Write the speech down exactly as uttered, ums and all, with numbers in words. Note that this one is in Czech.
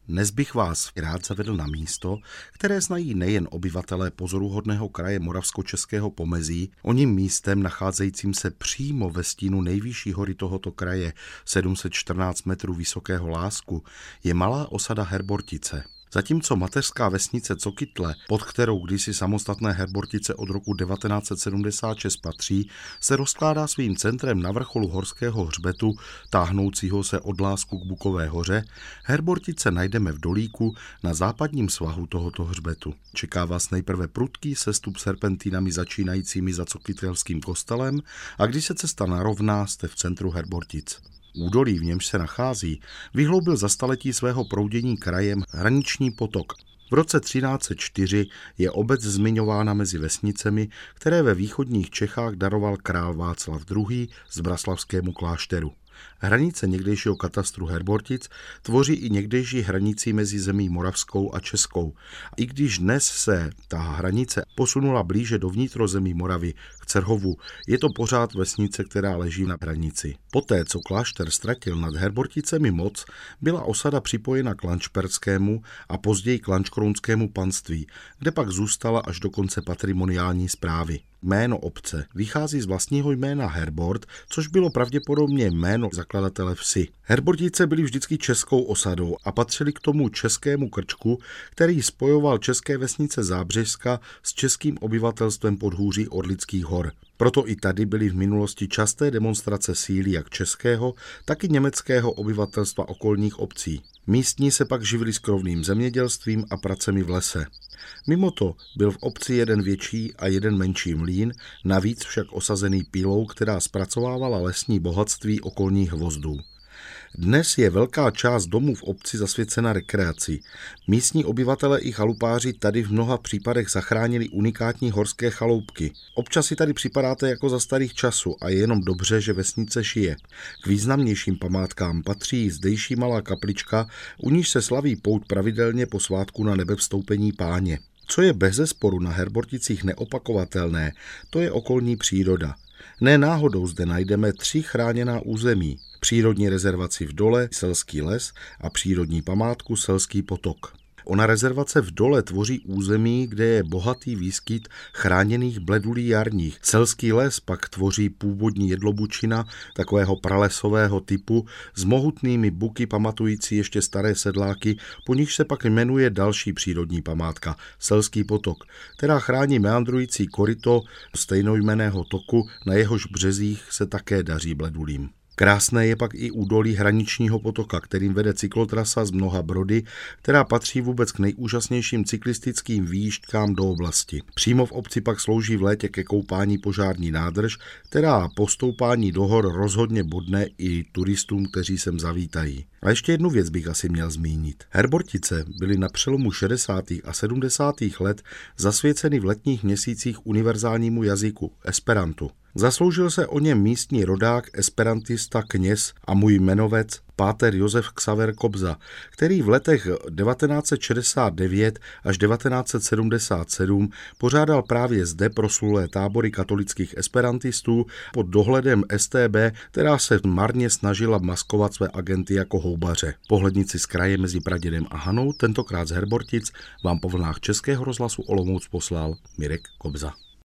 Dnes bych vás rád zavedl na místo, které znají nejen obyvatelé pozoruhodného kraje Moravskočeského pomezí, oním místem nacházejícím se přímo ve stínu nejvyšší hory tohoto kraje, sedm set čtrnáct metrů vysokého Lásku, je malá osada Herbortice. Zatímco mateřská vesnice Cokytle, pod kterou kdysi samostatné Herbortice od roku devatenáct set sedmdesát šest patří, se rozkládá svým centrem na vrcholu horského hřbetu, táhnoucího se od Lásku k Bukové hoře, Herbortice najdeme v dolíku na západním svahu tohoto hřbetu. Čeká vás nejprve prudký sestup serpentínami začínajícími za cokytelským kostelem a když se cesta narovná, jste v centru Herbortic. Údolí, v němž se nachází, vyhloubil za staletí svého proudění krajem hraniční potok. V roce třináct set čtyři je obec zmiňována mezi vesnicemi, které ve východních Čechách daroval král Václav druhý. Zbraslavskému klášteru. Hranice někdejšího katastru Herbortic tvoří i někdejší hranici mezi zemí moravskou a českou. I když dnes se ta hranice posunula blíže do vnitrozemí Moravy k Cerhovu, je to pořád vesnice, která leží na hranici. Poté, co klášter ztratil nad Herborticemi moc, byla osada připojena k Lanšperskému a později k Lanškrounskému panství, kde pak zůstala až do konce patrimoniální správy. Jméno obce vychází z vlastního jména Herbort, což bylo pravděpodobně jméno zakladatele vsi. Herbortice byly vždycky českou osadou a patřily k tomu českému krčku, který spojoval české vesnice Zábřežska s českým obyvatelstvem podhůří Orlických hor. Proto i tady byly v minulosti časté demonstrace síly jak českého, tak i německého obyvatelstva okolních obcí. Místní se pak živili skrovným zemědělstvím a pracemi v lese. Mimo to byl v obci jeden větší a jeden menší mlýn, navíc však osazený pílou, která zpracovávala lesní bohatství okolních hvozdů. Dnes je velká část domů v obci zasvěcena rekreaci. Místní obyvatele i chalupáři tady v mnoha případech zachránili unikátní horské chaloupky. Občas si tady připadáte jako za starých časů a je jenom dobře, že vesnice žije. K významnějším památkám patří zdejší malá kaplička, u níž se slaví pout pravidelně po svátku na nebevstoupení Páně. Co je bezesporu na Herborticích neopakovatelné, to je okolní příroda. Ne náhodou zde najdeme tři chráněná území. Přírodní rezervaci v Dole, Selský les a přírodní památku Selský potok. Ona rezervace v Dole tvoří území, kde je bohatý výskyt chráněných bledulí jarních. Selský les pak tvoří původní jedlobučina takového pralesového typu s mohutnými buky pamatující ještě staré sedláky, po nich se pak jmenuje další přírodní památka Selský potok, která chrání meandrující koryto stejnojmenného toku, na jehož březích se také daří bledulím. Krásné je pak i údolí hraničního potoka, kterým vede cyklotrasa z mnoha brody, která patří vůbec k nejúžasnějším cyklistickým výjížďkám do oblasti. Přímo v obci pak slouží v létě ke koupání požární nádrž, která po stoupání do hor rozhodně bodne i turistům, kteří sem zavítají. A ještě jednu věc bych asi měl zmínit. Herbortice byly na přelomu šedesátých a sedmdesátých let zasvěceny v letních měsících univerzálnímu jazyku esperantu. Zasloužil se o něm místní rodák, esperantista, kněz a můj jmenovec páter Josef Xaver Kobza, který v letech devatenáct set šedesát devět až devatenáct set sedmdesát sedm pořádal právě zde proslulé tábory katolických esperantistů pod dohledem S T B, která se marně snažila maskovat své agenty jako houbaře. Pohlednici z kraje mezi Pradědem a Hanou, tentokrát z Herbortic, vám po vlnách Českého rozhlasu Olomouc poslal Mirek Kobza.